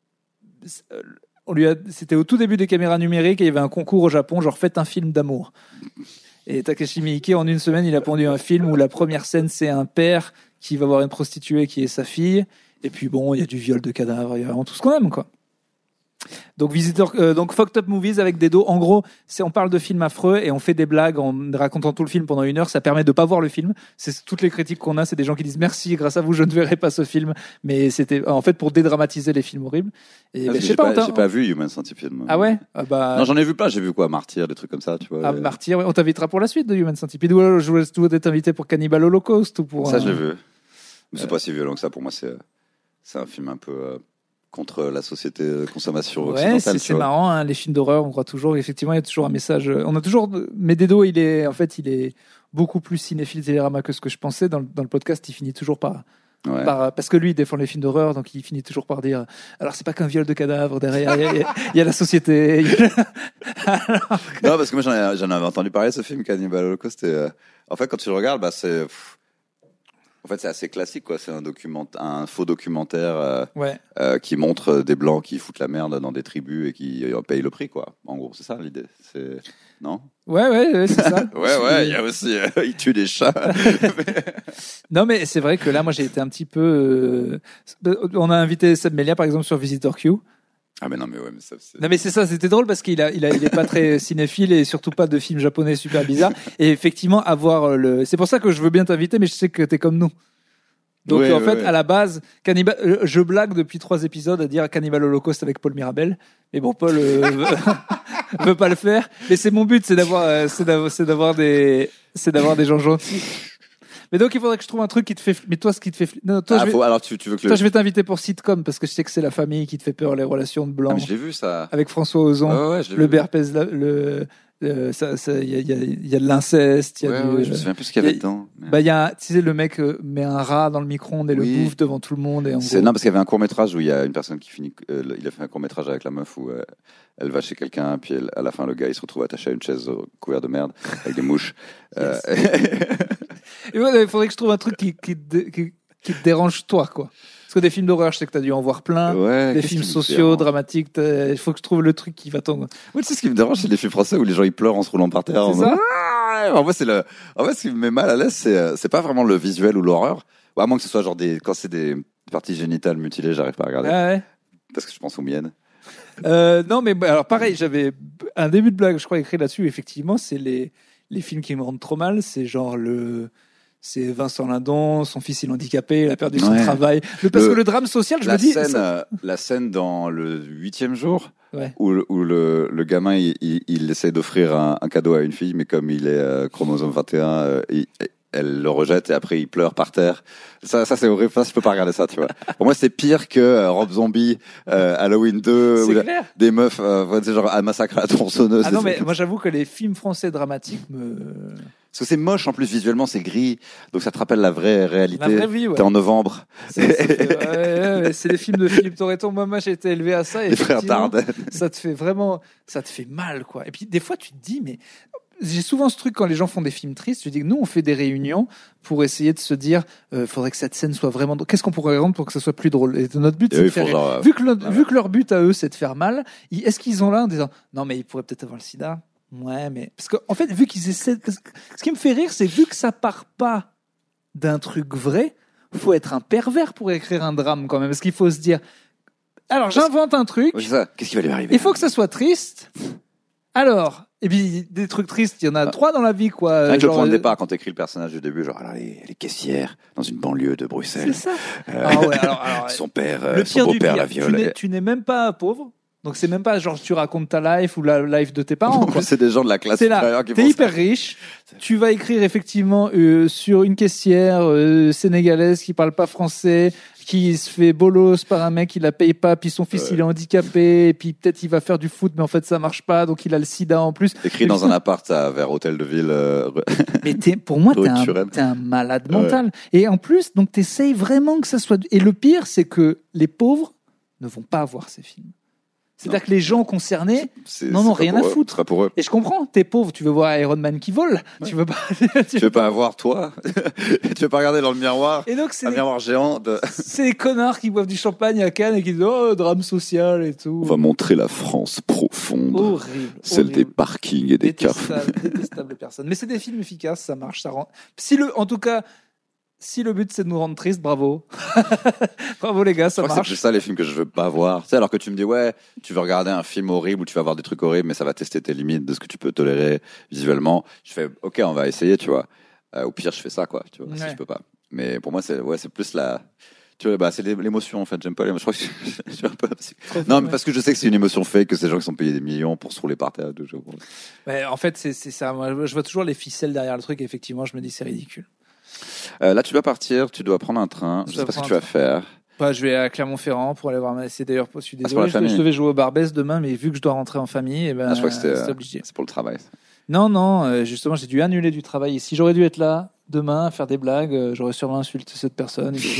euh, On lui a... C'était au tout début des caméras numériques, et il y avait un concours au Japon, genre faites un film d'amour. Et Takashi Miike, en une semaine, il a pondu un film où la première scène, c'est un père qui va voir une prostituée qui est sa fille. Et puis bon, il y a du viol de cadavres, il y a vraiment tout ce qu'on aime, quoi. Donc, visiteur, euh, donc Fucked Up Movies avec des dos. En gros, c'est, on parle de films affreux et on fait des blagues en racontant tout le film pendant une heure. Ça permet de pas voir le film. C'est toutes les critiques qu'on a, c'est des gens qui disent merci, grâce à vous, je ne verrai pas ce film. Mais c'était en fait pour dédramatiser les films horribles. Et Ah, ben, parce je que sais j'ai pas, pas, on t'a- j'ai pas vu Human Centipede. moi. Ah ouais, ah bah. Non, j'en ai vu plein. J'ai vu quoi, Martyr, des trucs comme ça, tu vois. Ah, Martyr, ouais. On t'invitera pour la suite de Human Centipede. Ou alors je voulais t'inviter pour Cannibal Holocaust ou pour. Ça, euh, je l'ai vu. Mais c'est pas si violent que ça. Pour moi, c'est, c'est un film un peu euh, contre la société de consommation Ouais, occidentale. c'est, tu c'est vois. marrant, hein, les films d'horreur, on croit toujours, effectivement, il y a toujours un message. euh, On a toujours, mais Dedo, il est, en fait, il est beaucoup plus cinéphile Télérama que ce que je pensais. Dans le, dans le podcast, il finit toujours par, Ouais. par, parce que lui, il défend les films d'horreur, donc il finit toujours par dire, alors c'est pas qu'un viol de cadavre derrière, il y a, il y a- il y a la société. il y a- Non, parce que moi, j'en, ai- j'en avais entendu parler de ce film Cannibal Holocaust. Et, euh, en fait, quand tu le regardes, bah, c'est, pff, en fait, c'est assez classique, quoi. C'est un document, un faux documentaire euh, Ouais. euh, qui montre des blancs qui foutent la merde dans des tribus et qui euh, payent le prix, quoi. En gros, c'est ça l'idée. C'est non. Ouais, ouais, ouais, c'est ça. Ouais, ouais. Il y a aussi, euh, ils tuent des chats. Non, mais c'est vrai que là, moi, j'ai été un petit peu. euh, On a invité Seb Melia, par exemple, sur Visitor Q. Ah, mais non, mais ouais, mais ça, c'est. Non, mais c'est ça, c'était drôle parce qu'il a, il a, il est pas très cinéphile et surtout pas de films japonais super bizarres. Et effectivement, avoir le. C'est pour ça que je veux bien t'inviter, mais je sais que t'es comme nous. Donc, Ouais, en ouais, fait, ouais. à la base, Cannibal, euh, je blague depuis trois épisodes à dire Cannibal Holocaust avec Paul Mirabel. Mais bon, Paul euh, veut, veut pas le faire. Mais c'est mon but, c'est d'avoir, euh, c'est d'avoir, c'est d'avoir des, c'est d'avoir des gens gentils. Mais donc, il faudrait que je trouve un truc qui te fait. Mais toi, ce qui te fait. Non, toi, Ah, je vais, faut- alors, tu, tu veux que le. toi, je vais t'inviter pour sitcom parce que je sais que c'est la famille qui te fait peur, les relations de Ah, blancs. mais je l'ai vu, ça. Avec François Ozon. Ouais, ouais, je l'ai Le vu. bear pèse la- le euh, ça ça il y a il y a il y a de l'inceste, il y a Ouais, du ouais, je me souviens plus ce qu'il y avait il y a- dedans. bah il y a tu sais le mec euh, met un rat dans le micro-ondes et Oui. le bouffe devant tout le monde et en C'est, gros, non, parce qu'il y avait un court métrage où il y a une personne qui finit. euh, le- il a fait un court métrage avec la meuf où euh, elle va chez quelqu'un, puis elle- à la fin, le gars il se retrouve attaché à une chaise euh, couverte de merde avec des mouches. Euh, Et ouais, il faudrait que je trouve un truc qui qui, te dé- qui, qui te dérange toi quoi. Parce que des films d'horreur, je sais que tu as dû en voir plein. ouais, Des qu'est-ce films qui me sociaux, dérange dramatiques, t'as- il faut que je trouve le truc qui va t'en. Ouais, tu sais ce qui me dérange, c'est les films français où les gens ils pleurent en se roulant par terre. C'est en ça mode, Ah en vrai, c'est le. En vrai, ce qui me met mal à l'aise, c'est euh, c'est pas vraiment le visuel ou l'horreur. Ou à moins que ce soit genre des quand c'est des parties génitales mutilées, j'arrive pas à regarder Ah ouais. parce que je pense aux miennes. Euh, non, mais bah, alors pareil, j'avais un début de blague, je crois, écrit là-dessus. Effectivement, c'est les, les films qui me rendent trop mal. C'est genre le. C'est Vincent Lindon, son fils il est handicapé, il a perdu son Ouais. travail. Le, parce Le- que le drame social, je La me dis. scène, ça- euh, la scène dans le huitième jour. Ouais. Où, le- où le, le gamin il, il, il essaie d'offrir un, un cadeau à une fille, mais comme il est euh, chromosome vingt et un, euh, il- elle le rejette et après il pleure par terre. Ça, ça c'est horrible. Ça, je peux pas regarder ça, tu vois. Pour moi, c'est pire que euh, Rob Zombie, euh, Halloween deux, C'est ou clair. des meufs, euh, ouais, tu sais, genre un massacre à la tronçonneuse. Ah non, des mais trucs comme moi j'avoue que les films français dramatiques me. Parce que c'est moche en plus visuellement, c'est gris, donc ça te rappelle la vraie réalité. La vraie vie, ouais. T'es en novembre. C'est, ça fait- ouais, ouais, ouais, c'est les films de Philippe Torreton. Moi, moi j'ai été élevé à ça. Et Les frères effectivement, Dardenne. ça te fait vraiment. Ça te fait mal, quoi. Et puis des fois, tu te dis, mais. J'ai souvent ce truc quand les gens font des films tristes. Je dis que nous, on fait des réunions pour essayer de se dire, euh, faudrait que cette scène soit vraiment. drôle. Qu'est-ce qu'on pourrait rendre pour que ça soit plus drôle? Et notre but, Et c'est eux, de ils font faire. genre, euh, Vu que, le- voilà. vu que leur but à eux, c'est de faire mal, ils- est-ce qu'ils ont là en disant, non, mais ils pourraient peut-être avoir le sida? Ouais, mais. Parce qu'en en fait, vu qu'ils essaient. parce que Ce qui me fait rire, c'est vu que ça part pas d'un truc vrai, faut être un pervers pour écrire un drame quand même. Parce qu'il faut se dire. Alors, j'invente un truc. Ouais, c'est ça. Qu'est-ce qui va lui arriver? Il faut que ça soit triste. Alors, et puis des trucs tristes, il y en a Ah. trois dans la vie, quoi. Avec le Genre, point de euh, départ, quand t'écris le personnage du début, genre, alors, les, les caissières dans une banlieue de C'est Bruxelles. ça. Euh, Ah ouais, alors, alors, son père, euh, le son pire du beau-père pire, la tu viole. n'es, tu n'es même pas pauvre, donc c'est même pas genre tu racontes ta life ou la life de tes parents. En quoi. plus, c'est des gens de la classe C'est là, supérieure qui t'es font hyper ça. riche, tu vas écrire effectivement euh, sur une caissière euh, sénégalaise qui parle pas français, qui se fait bolos par un mec qui la paye pas, puis son fils il est handicapé, et puis peut-être il va faire du foot, mais en fait ça marche pas, donc il a le sida en plus. Écrit Mais dans putain, un appart à, vers Hôtel de Ville. euh, Mais t'es, pour moi, t'es Rue de un, Turenne. t'es un malade mental. Et en plus, donc t'essayes vraiment que ça soit. Et le pire, c'est que les pauvres ne vont pas voir ces films. C'est-à-dire Non. que les gens concernés, c'est- Non, c'est non, pas rien pour à eux, foutre. C'est pas pour eux. et je comprends, t'es pauvre, tu veux voir Iron Man qui vole, tu veux pas. Tu veux pas avoir toi Tu veux pas regarder dans le miroir Et donc c'est Un des, miroir géant de... c'est des connards qui boivent du champagne à Cannes et qui disent oh drame social et tout. On va montrer la France profonde. Horrible. Celle horrible. des parkings et des carrefours. Détestable, détestable personne. Mais c'est des films efficaces, ça marche, ça rend. Si le, en tout cas, si le but c'est de nous rendre tristes, bravo, bravo les gars, Je ça crois que c'est marche. plus ça les films que je veux pas voir. Tu sais, alors que tu me dis, ouais, tu veux regarder un film horrible où tu vas voir des trucs horribles, mais ça va tester tes limites de ce que tu peux tolérer visuellement. Je fais, ok, on va essayer, tu vois. Euh, au pire, je fais ça, quoi, tu vois, si Ouais. je peux pas. Mais pour moi, c'est, ouais, c'est plus la, tu vois, bah, c'est l'é- l'émotion, en fait. J'aime pas l'émotion. Je crois que je suis un peu, non, mais parce que je sais que c'est une émotion fake, que c'est des gens qui sont payés des millions pour se rouler par terre. de- je- Ouais, en fait, c'est, c'est ça. Moi, je vois toujours les ficelles derrière le truc et effectivement, je me dis c'est ridicule. Euh, là, tu dois partir, tu dois prendre un train. Je Je dois sais pas ce que prendre tu vas faire. Bah, je vais à Clermont-Ferrand pour aller voir ma. C'est d'ailleurs, je suis Ah, c'est pour la désolé, je, je famille. devais jouer au Barbès demain, mais vu que je dois rentrer en famille, eh ben, Ah, je crois que c'était, c'est euh, obligé. c'est pour le travail. Non, non, euh, justement, j'ai dû annuler du travail. Et si j'aurais dû être là demain, faire des blagues, euh, j'aurais sûrement insulté cette personne. Et puis,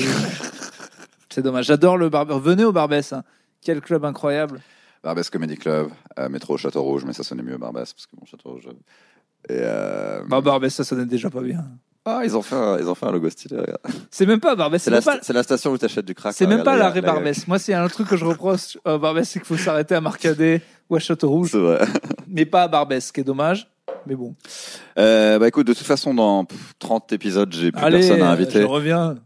c'est dommage. J'adore le Barbès. Venez au Barbès. Hein. Quel club incroyable. Barbès Comedy Club, euh, métro Château Rouge, mais ça sonnait mieux Barbès parce que bon, Château Rouge. Et euh... Bah, Barbès, ça sonnait déjà pas bien. ah, ils ont fait un, ils ont fait un logo stylé. Regarde. C'est même pas Barbès. C'est C'est la, même pas, sta- c'est la station où t'achètes du crack. c'est là, même pas regarde, l'arrêt là, là, Barbès. Moi, c'est un truc que je reproche à Barbès, c'est qu'il faut s'arrêter à Marcadet ou à Château Rouge, C'est vrai. mais pas à Barbès, ce qui est dommage. Mais bon. Euh, bah écoute, de toute façon, dans pff, trente épisodes, j'ai plus Allez, personne à euh, inviter. je reviens.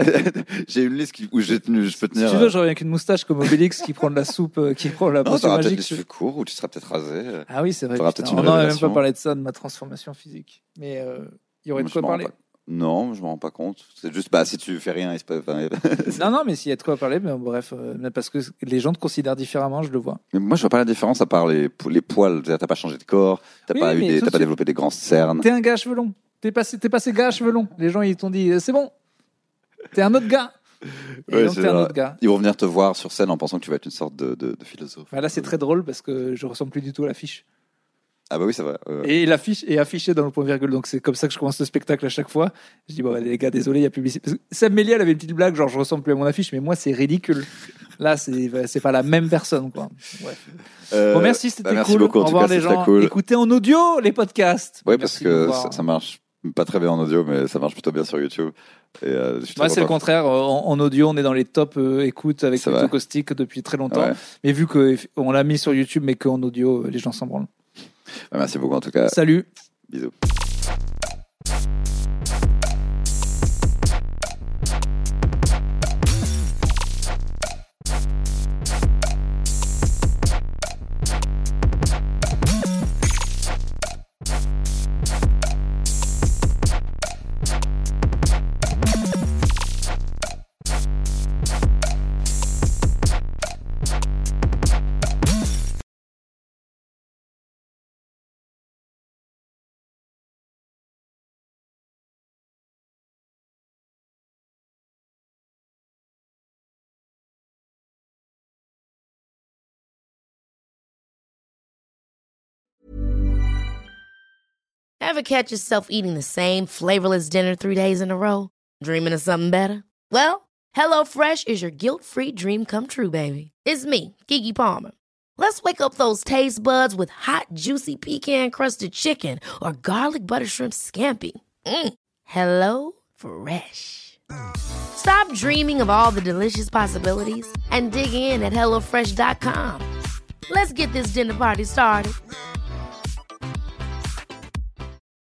J'ai une liste qui- où j'ai tenu, je peux Si tenir. tu veux, je reviens avec une moustache comme Obélix qui prend de la soupe, euh, qui prend la non, potion t'auras peut-être magique. les cheveux courts ou tu seras peut-être rasé. Ah oui, c'est vrai. T'auras putain. peut-être une On n'en a même révélation. pas parlé de ça, de ma transformation physique. Mais euh, il y aurait Moi, de je quoi m'en rends parler. pas- Non, je m'en rends pas compte. C'est juste, bah, si tu fais rien, il se peut. enfin, Non, non, mais s'il y a de quoi parler, mais bref, euh, mais parce que les gens te considèrent différemment, je le vois. Mais moi, je vois pas la différence à part les, les poils. T'as pas changé de corps, t'as Oui, pas, eu mais des, tout t'as pas de suite- développé des grands cernes. T'es un gars à cheveux longs. T'es passé, t'es passé gars à cheveux longs. Les gens, ils t'ont dit, euh, c'est bon. T'es un autre gars. Et Ouais, donc, c'est t'es un vrai. autre gars. Ils vont venir te voir sur scène en pensant que tu vas être une sorte de, de, de philosophe. Enfin, là, c'est très drôle parce que je ressemble plus du tout à l'affiche. Ah bah oui, c'est vrai. Euh, Et l'affiche est affichée dans le point virgule. Donc, c'est comme ça que je commence le spectacle à chaque fois. Je dis, bon, bah, les gars, désolé, il y a publicité. Parce que Sam Méliel avait une petite blague, genre, je ressemble plus à mon affiche, mais moi, c'est ridicule. Là, c'est, c'est pas la même personne, quoi. Bref. euh, Bon, merci, c'était bah, merci cool. beaucoup, en Au tout revoir, cas, les c'était gens. cool. Écoutez en audio les podcasts. Ouais, parce Merci de nous que voir. ça, ça marche pas très bien en audio, mais ça marche plutôt bien sur YouTube. Et, euh, je suis Moi, très c'est le content. contraire. En, en audio, on est dans les top euh, écoutes avec C'est Plutôt vrai. Caustique depuis très longtemps. Ouais. Mais vu qu'on l'a mis sur YouTube, mais qu'en audio, euh, les gens s'en branlent. Bah, merci beaucoup en tout cas. Salut. Bisous. Ever catch yourself eating the same flavorless dinner three days in a row? Dreaming of something better? Well, HelloFresh is your guilt-free dream come true, baby. It's me, Keke Palmer. Let's wake up those taste buds with hot, juicy pecan-crusted chicken or garlic butter shrimp scampi. Mm. Hello Fresh. Stop dreaming of all the delicious possibilities and dig in at hello fresh dot com. Let's get this dinner party started.